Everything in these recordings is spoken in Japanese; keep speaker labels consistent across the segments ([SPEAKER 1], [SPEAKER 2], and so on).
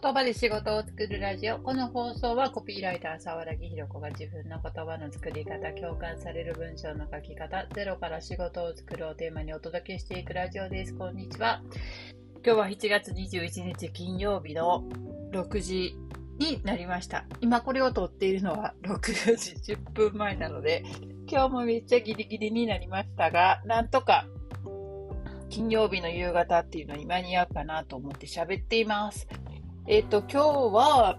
[SPEAKER 1] 言葉で仕事を作るラジオ。この放送はコピーライター沢田ひろ子が自分の言葉の作り方、共感される文章の書き方、ゼロから仕事を作るをテーマにお届けしていくラジオです。こんにちは。今日は7月21日金曜日の6時になりました。今これを撮っているのは6時10分前なので、今日もめっちゃギリギリになりましたが、なんとか金曜日の夕方っていうのに間に合うかなと思って喋っています。今日は、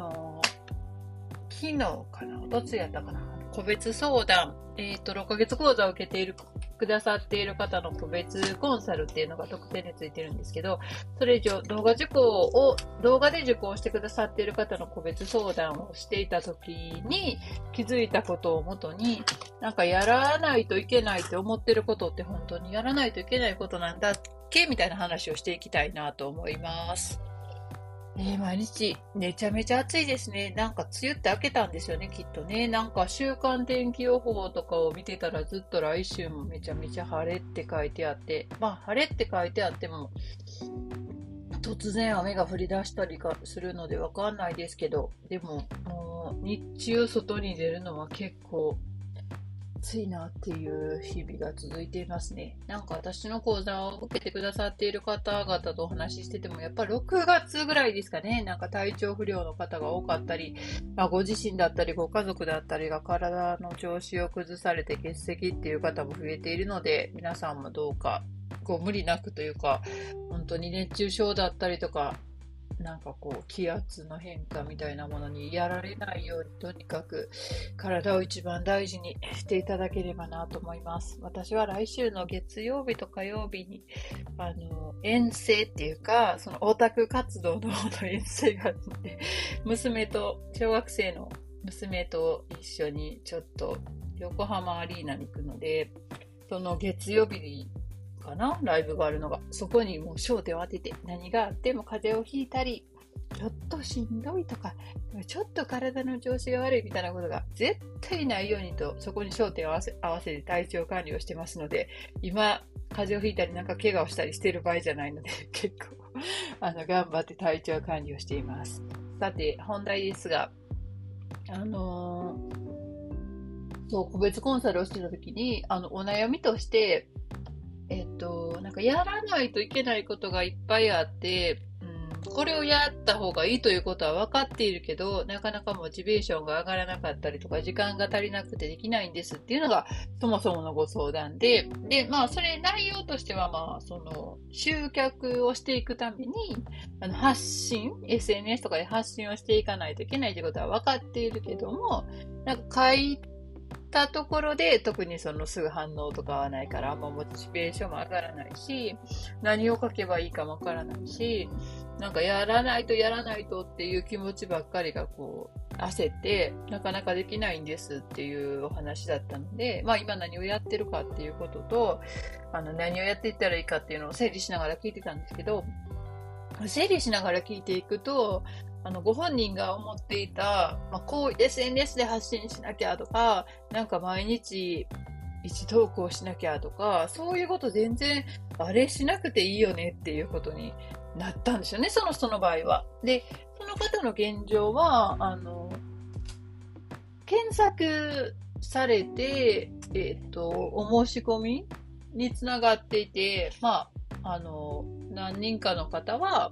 [SPEAKER 1] 昨日かな、おとついやったかな、個別相談、6ヶ月講座を受けてくださっている方の個別コンサルっていうのが特典でついてるんですけど、それ以上、動画で受講してくださっている方の個別相談をしていた時に気づいたことをもとに、なんかやらないといけないって思ってることって本当にやらないといけないことなんだっけみたいな話をしていきたいなと思います。毎日めちゃめちゃ暑いですね。なんか梅雨って明けたんですよね、きっとね。なんか週間天気予報とかを見てたらずっと来週もめちゃめちゃ晴れって書いてあって、晴れって書いてあっても突然雨が降り出したりするのでわかんないですけど、でももう日中外に出るのは結構暑いなっていう日々が続いていますね。なんか私の講座を受けてくださっている方々とお話ししてても、やっぱ6月ぐらいですかね、なんか体調不良の方が多かったり、ご自身だったりご家族だったりが体の調子を崩されて欠席っていう方も増えているので、皆さんもどうか無理なくというか、本当に熱中症だったりとか、なんか気圧の変化みたいなものにやられないように、とにかく体を一番大事にしていただければなと思います。私は来週の月曜日と火曜日に遠征っていうか、そのオタク活動の遠征があって、小学生の娘と一緒にちょっと横浜アリーナに行くので、その月曜日にかな、ライブがあるのが、そこにもう焦点を当てて、何があっても風邪をひいたり、ちょっとしんどいとか、ちょっと体の調子が悪いみたいなことが絶対ないようにと、そこに焦点を合わせて体調管理をしてますので、今風邪をひいたりなんか怪我をしたりしている場合じゃないので、結構頑張って体調管理をしています。さて本題ですが、個別コンサルをしてた時にお悩みとしてなんかやらないといけないことがいっぱいあって、これをやった方がいいということは分かっているけど、なかなかモチベーションが上がらなかったりとか、時間が足りなくてできないんですっていうのが、そもそものご相談で、それ内容としては、集客をしていくために、SNS とかで発信をしていかないといけないということは分かっているけども、なんか書いたところで特にすぐ反応とかはないから、モチベーションも上がらないし、何を書けばいいかもわからないし、なんかやらないとっていう気持ちばっかりが焦ってなかなかできないんですっていうお話だったので、今何をやってるかっていうことと、何をやっていったらいいかっていうのを整理しながら聞いてたんですけど、整理しながら聞いていくと、ご本人が思っていた、SNS で発信しなきゃとか、なんか毎日1投稿しなきゃとか、そういうこと全然あれしなくていいよねっていうことになったんですよね、その人の場合は。で、その方の現状は、検索されて、お申し込みにつながっていて、何人かの方は、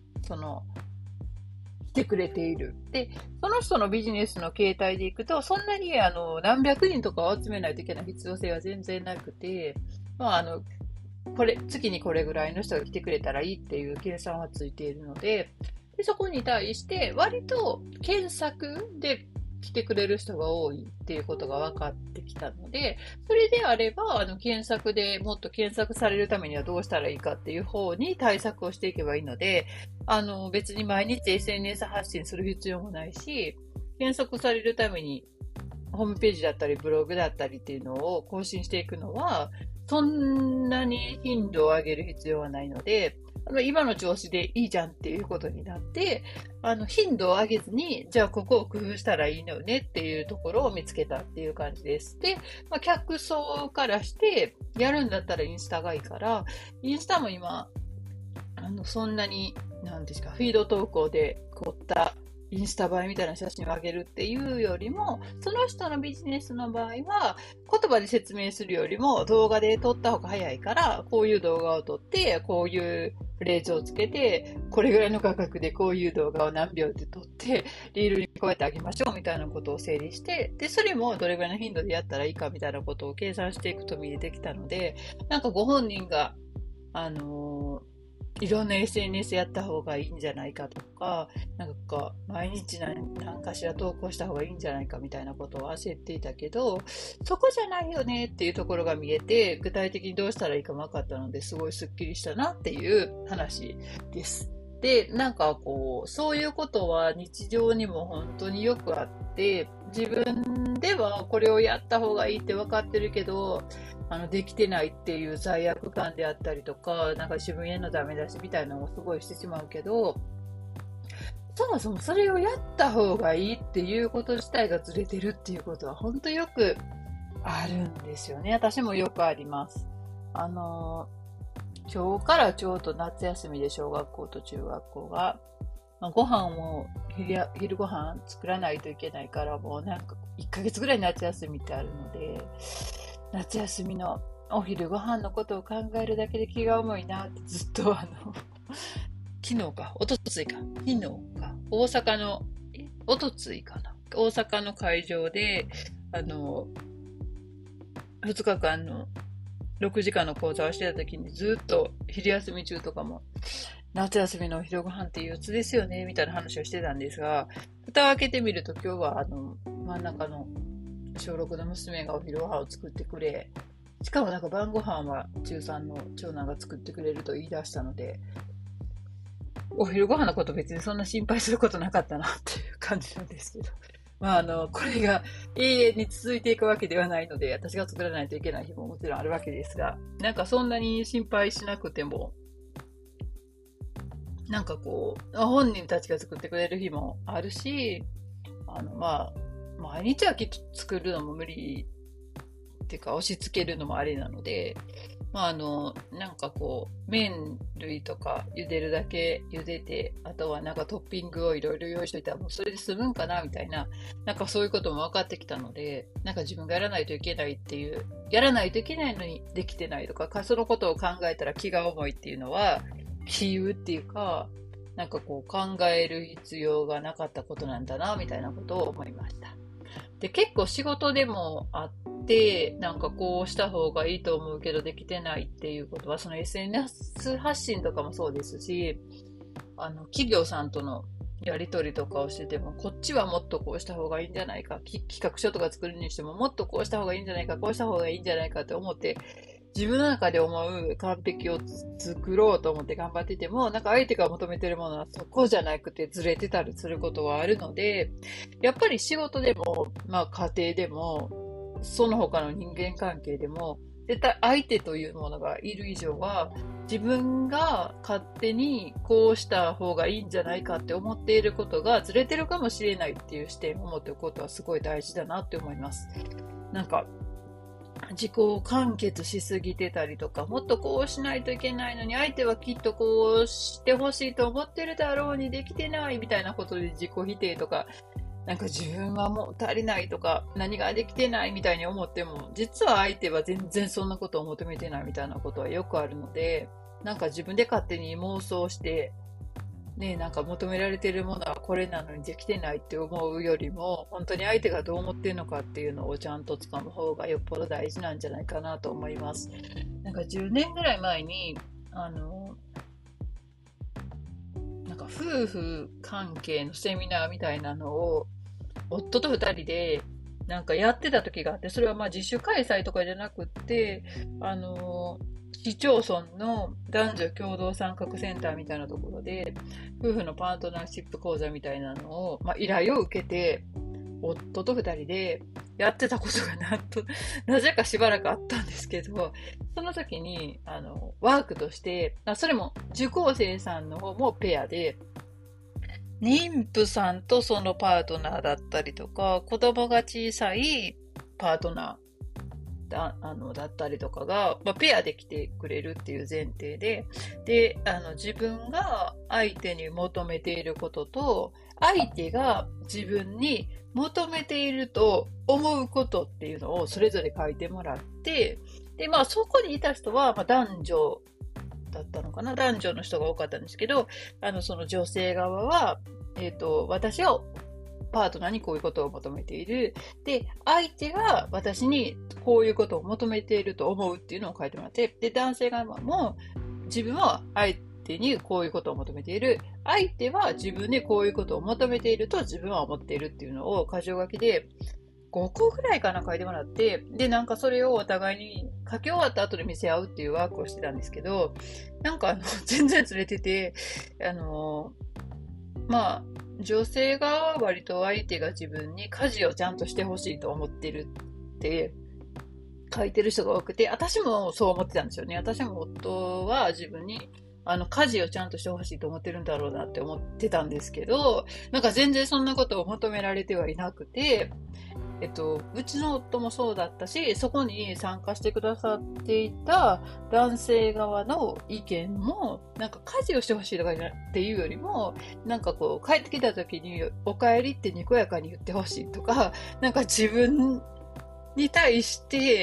[SPEAKER 1] 来てくれている。で、その人のビジネスの形態でいくと、そんなに何百人とかを集めないといけない必要性は全然なくて、月にこれぐらいの人が来てくれたらいいっていう計算はついているので、そこに対して割と検索で来てくれる人が多いっていうことが分かってきたので、それであれば、検索でもっと検索されるためにはどうしたらいいかっていう方に対策をしていけばいいので、別に毎日 SNS 発信する必要もないし、検索されるためにホームページだったりブログだったりっていうのを更新していくのは、そんなに頻度を上げる必要はないので、今の調子でいいじゃんっていうことになって、頻度を上げずに、じゃあここを工夫したらいいのよねっていうところを見つけたっていう感じです。で、客層からして、やるんだったらインスタがいいから、インスタも今、そんなになんですか、フィード投稿で凝ったインスタ映えみたいな写真を上げるっていうよりも、その人のビジネスの場合は、言葉で説明するよりも動画で撮った方が早いから、こういう動画を撮って、こういうフレーズをつけて、これぐらいの価格でこういう動画を何秒で撮って、リールにこうやってあげましょうみたいなことを整理して、で、それもどれぐらいの頻度でやったらいいかみたいなことを計算していくと見えてきたので、なんかご本人が、いろんな SNS やった方がいいんじゃないかとか、なんか毎日何かしら投稿した方がいいんじゃないかみたいなことを焦っていたけど、そこじゃないよねっていうところが見えて、具体的にどうしたらいいかも分かったので、すごいスッキリしたなっていう話です。で、なんかこう、そういうことは日常にも本当によくあって、自分ではこれをやった方がいいって分かってるけど、できてないっていう罪悪感であったりとか、なんか自分へのダメ出しみたいなのをすごいしてしまうけど、そもそもそれをやった方がいいっていうこと自体がずれてるっていうことは本当よくあるんですよね。私もよくあります。今日からちょうど夏休みで小学校と中学校が、ご飯を昼ご飯作らないといけないから、もうなんか1ヶ月ぐらい夏休みってあるので、夏休みのお昼ご飯のことを考えるだけで気が重いなってずっと昨日か、おとついか、昨日か、大阪の、おとついかな、大阪の会場で、2日間の6時間の講座をしてた時にずっと昼休み中とかも、夏休みのお昼ご飯って憂鬱ですよね、みたいな話をしてたんですが、蓋を開けてみると今日は真ん中の小6の娘がお昼ご飯を作ってくれ、しかもなんか晩ご飯は中3の長男が作ってくれると言い出したので、お昼ご飯のこと別にそんな心配することなかったなっていう感じなんですけど。これが永遠に続いていくわけではないので、私が作らないといけない日ももちろんあるわけですが、なんかそんなに心配しなくても、なんかこう、本人たちが作ってくれる日もあるし、毎日はきっと作るのも無理っていうか、押し付けるのもあれなので、なんかこう、麺類とか茹でるだけ茹でて、あとはなんかトッピングをいろいろ用意しといたらもうそれで済むんかなみたいな、なんかそういうことも分かってきたので、なんか自分がやらないといけないっていう、やらないといけないのにできてないとか、そのことを考えたら気が重いっていうのは、比喩っていうか、なんかこう考える必要がなかったことなんだな、みたいなことを思いました。で、結構仕事でもあって、なんかこうした方がいいと思うけどできてないっていうことは、その SNS 発信とかもそうですし、企業さんとのやりとりとかをしてても、こっちはもっとこうした方がいいんじゃないか、企画書とか作るにしても、もっとこうした方がいいんじゃないか、こうした方がいいんじゃないかって思って、自分の中で思う完璧を作ろうと思って頑張ってても、なんか相手が求めてるものはそこじゃなくてずれてたりすることはあるので、やっぱり仕事でも、家庭でも、その他の人間関係でも、絶対相手というものがいる以上は、自分が勝手にこうした方がいいんじゃないかって思っていることがずれてるかもしれないっていう視点を持っておくことはすごい大事だなって思います。なんか、自己完結しすぎてたりとか、もっとこうしないといけないのに、相手はきっとこうしてほしいと思ってるだろうにできてないみたいなことで自己否定とか、なんか自分はもう足りないとか、何ができてないみたいに思っても、実は相手は全然そんなことを求めてないみたいなことはよくあるので、なんか自分で勝手に妄想して、ね、なんか求められてるものはこれなのにできてないって思うよりも、本当に相手がどう思ってるのかっていうのをちゃんと掴む方がよっぽど大事なんじゃないかなと思います。なんか10年ぐらい前に、なんか夫婦関係のセミナーみたいなのを夫と2人でなんかやってた時があって、それは自主開催とかじゃなくって、市町村の男女共同参画センターみたいなところで、夫婦のパートナーシップ講座みたいなのを、依頼を受けて、夫と2人でやってたことがなぜかしばらくあったんですけど、その時に、ワークとして、それも受講生さんの方もペアで、妊婦さんとそのパートナーだったりとか、子供が小さいパートナだったりとかが、ペアで来てくれるっていう前提で、で、自分が相手に求めていることと、相手が自分に求めていると思うことっていうのをそれぞれ書いてもらって、で、そこにいた人は、男女だったのかな、男女の人が多かったんですけど、その女性側は、私はパートナーにこういうことを求めている。で、相手が私にこういうことを求めていると思うっていうのを書いてもらって、で、男性側も自分は相手にこういうことを求めている。相手は自分にこういうことを求めていると自分は思っているっていうのを箇条書きで5個ぐらいかな書いてもらって、で、なんかそれをお互いに書き終わった後で見せ合うっていうワークをしてたんですけど、なんか全然ずれてて、女性が割と相手が自分に家事をちゃんとしてほしいと思ってるって書いてる人が多くて、私もそう思ってたんですよね。私も夫は自分に家事をちゃんとしてほしいと思ってるんだろうなって思ってたんですけど、なんか全然そんなことを求められてはいなくて、うちの夫もそうだったし、そこに参加してくださっていた男性側の意見も、なんか家事をしてほしいとかっていうよりも、なんかこう帰ってきた時にお帰りってにこやかに言ってほしいとか、なんか自分に対して、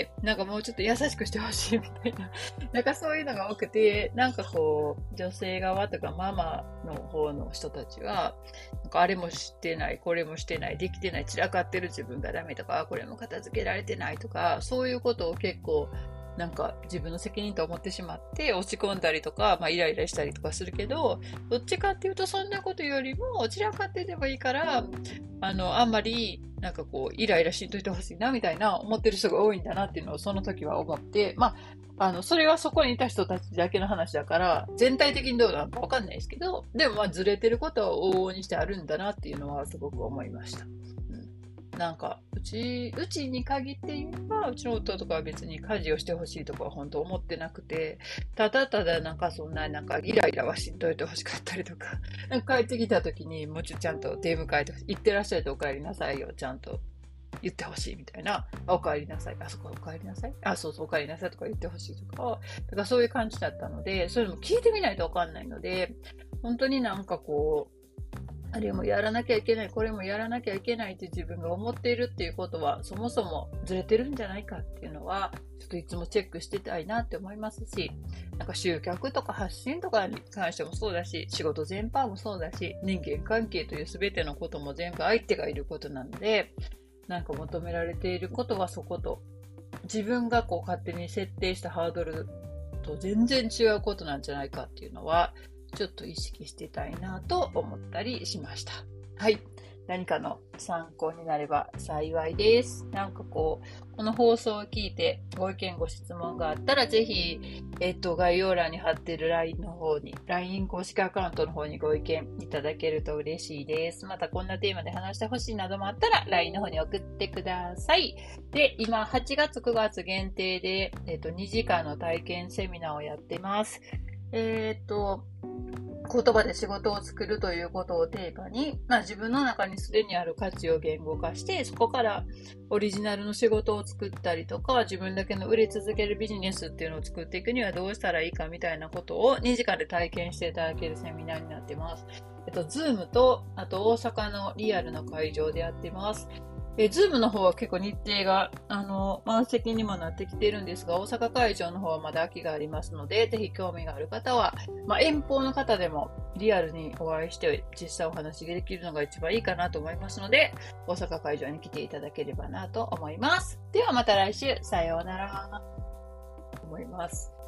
[SPEAKER 1] なんかもうちょっと優しくしてほしいみたいな。なんかそういうのが多くて、なんかこう、女性側とかママの方の人たちは、なんかあれもしてない、これもしてない、できてない、散らかってる自分がダメとか、これも片付けられてないとか、そういうことを結構、なんか自分の責任と思ってしまって落ち込んだりとか、イライラしたりとかするけど、どっちかっていうとそんなことよりも散らかっててもいいから、あんまりなんかこうイライラしんといてほしいなみたいな思ってる人が多いんだなっていうのをその時は思って、それはそこにいた人たちだけの話だから、全体的にどうなのかわかんないですけど、でもずれてることは往々にしてあるんだなっていうのはすごく思いました。なんか、うちに限って言えば、うちの夫とかは別に家事をしてほしいとかは本当思ってなくて、ただただなんかそんな、なんかイライラはしんといてほしかったりとか、なんか帰ってきた時にもうちょっとちゃんと出迎えてほしい。行ってらっしゃいとお帰りなさいよ、ちゃんと言ってほしいみたいな。お帰りなさい。あそこお帰りなさい。そうそう、お帰りなさいとか言ってほしいとか、だからそういう感じだったので、それも聞いてみないとわかんないので、本当になんかこう、あれもやらなきゃいけない、これもやらなきゃいけないって自分が思っているっていうことは、そもそもずれてるんじゃないかっていうのは、ちょっといつもチェックしてたいなって思いますし、なんか集客とか発信とかに関してもそうだし、仕事全般もそうだし、人間関係という全てのことも全部相手がいることなので、なんか求められていることはそこと、自分がこう勝手に設定したハードルと全然違うことなんじゃないかっていうのは、ちょっと意識してたいなと思ったりしました。はい。何かの参考になれば幸いです。なんかこう、この放送を聞いてご意見ご質問があったらぜひ、概要欄に貼ってる LINE の方に、LINE 公式アカウントの方にご意見いただけると嬉しいです。またこんなテーマで話してほしいなどもあったら LINE の方に送ってください。で、今8月9月限定で、2時間の体験セミナーをやってます。言葉で仕事を作るということをテーマに、自分の中にすでにある価値を言語化して、そこからオリジナルの仕事を作ったりとか、自分だけの売れ続けるビジネスっていうのを作っていくにはどうしたらいいかみたいなことを2時間で体験していただけるセミナーになってます。Zoom と、あと大阪のリアルの会場でやってます。Zoom の方は結構日程が、満席にもなってきているんですが、大阪会場の方はまだ空きがありますので、ぜひ興味がある方は、遠方の方でもリアルにお会いして実際お話ができるのが一番いいかなと思いますので、大阪会場に来ていただければなと思います。ではまた来週、さようなら。思います。